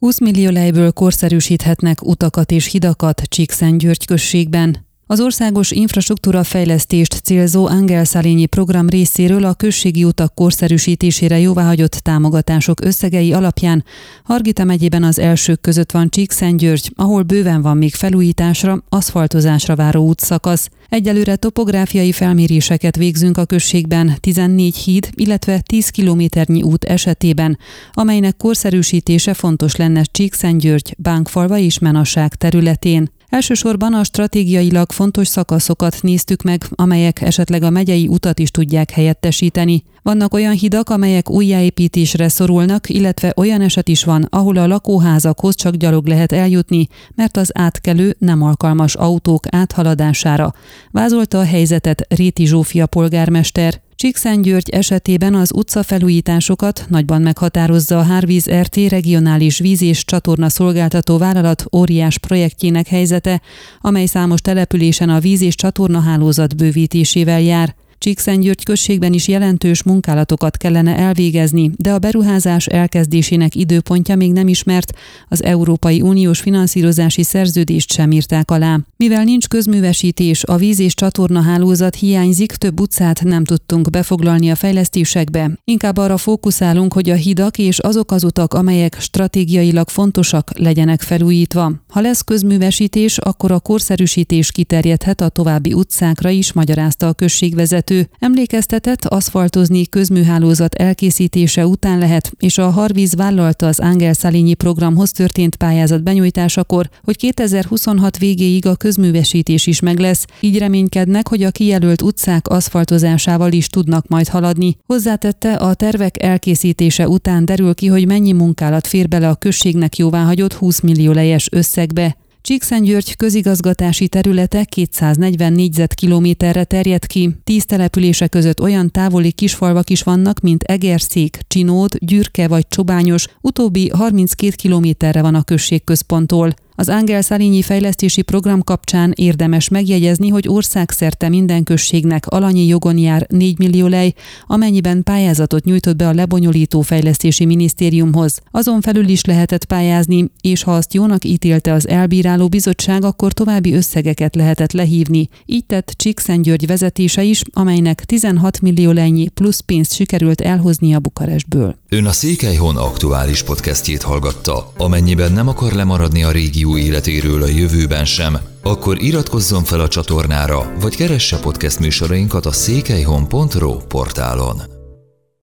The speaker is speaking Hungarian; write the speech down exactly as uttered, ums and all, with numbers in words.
húsz millió lejből korszerűsíthetnek utakat és hidakat Csíkszentgyörgy községben. Az országos infrastruktúra fejlesztést célzó Angelszalényi program részéről a községi utak korszerűsítésére jóváhagyott támogatások összegei alapján Hargita megyében az elsők között van Csíkszentgyörgy, ahol bőven van még felújításra, aszfaltozásra váró útszakasz. Egyelőre topográfiai felméréseket végzünk a községben tizennégy híd, illetve tíz kilométernyi út esetében, amelynek korszerűsítése fontos lenne Csíkszentgyörgy, Bánkfalva és Menasság területén. Elsősorban a stratégiailag fontos szakaszokat néztük meg, amelyek esetleg a megyei utat is tudják helyettesíteni. Vannak olyan hidak, amelyek újjáépítésre szorulnak, illetve olyan eset is van, ahol a lakóházakhoz csak gyalog lehet eljutni, mert az átkelő nem alkalmas autók áthaladására. Vázolta a helyzetet Réti Zsófia polgármester. Csíkszentgyörgy esetében az utcafelújításokat nagyban meghatározza a Hárvíz er té regionális víz- és csatorna szolgáltató vállalat óriás projektjének helyzete, amely számos településen a víz- és csatornahálózat bővítésével jár. Csíkszentgyörgy községben is jelentős munkálatokat kellene elvégezni, de a beruházás elkezdésének időpontja még nem ismert, az Európai Uniós finanszírozási szerződést sem írták alá. Mivel nincs közművesítés, a víz- és csatornahálózat hiányzik, több utcát nem tudtunk befoglalni a fejlesztésekbe. Inkább arra fókuszálunk, hogy a hidak és azok az utak, amelyek stratégiailag fontosak, legyenek felújítva. Ha lesz közművesítés, akkor a korszerűsítés kiterjedhet a további utcákra is, magyarázta a községvezető. Emlékeztetett, aszfaltozni közműhálózat elkészítése után lehet, és a Harvíz vállalta az Angelszalényi programhoz történt pályázat benyújtásakor, hogy kétezer-huszonhat végéig a közművesítés is meg lesz, így reménykednek, hogy a kijelölt utcák aszfaltozásával is tudnak majd haladni. Hozzátette, a tervek elkészítése után derül ki, hogy mennyi munkálat fér bele a községnek jóváhagyott húsz millió lejes összegbe. Csíkszentgyörgy közigazgatási területe kétszáznegyven négyzetkilométerre terjed ki. Tíz települése között olyan távoli kisfalvak is vannak, mint Egerszék, Csinód, Gyürke vagy Csobányos, utóbbi harminckét kilométerre van a községközponttól. Az Angelszalényi fejlesztési program kapcsán érdemes megjegyezni, hogy országszerte minden községnek alanyi jogon jár négy millió lej, amennyiben pályázatot nyújtott be a lebonyolító fejlesztési minisztériumhoz. Azon felül is lehetett pályázni, és ha azt jónak ítélte az elbíráló bizottság, akkor további összegeket lehetett lehívni. Így tett Csíkszentgyörgy vezetése is, amelynek tizenhat millió lejnyi plusz pénzt sikerült elhoznia Bukarestből. Ön a Székelyhon aktuális podcastjét hallgatta. Amennyiben nem akar lemaradni a régió életéről a jövőben sem, akkor iratkozzon fel a csatornára, vagy keresse podcast műsorainkat a székelyhon pont ro portálon.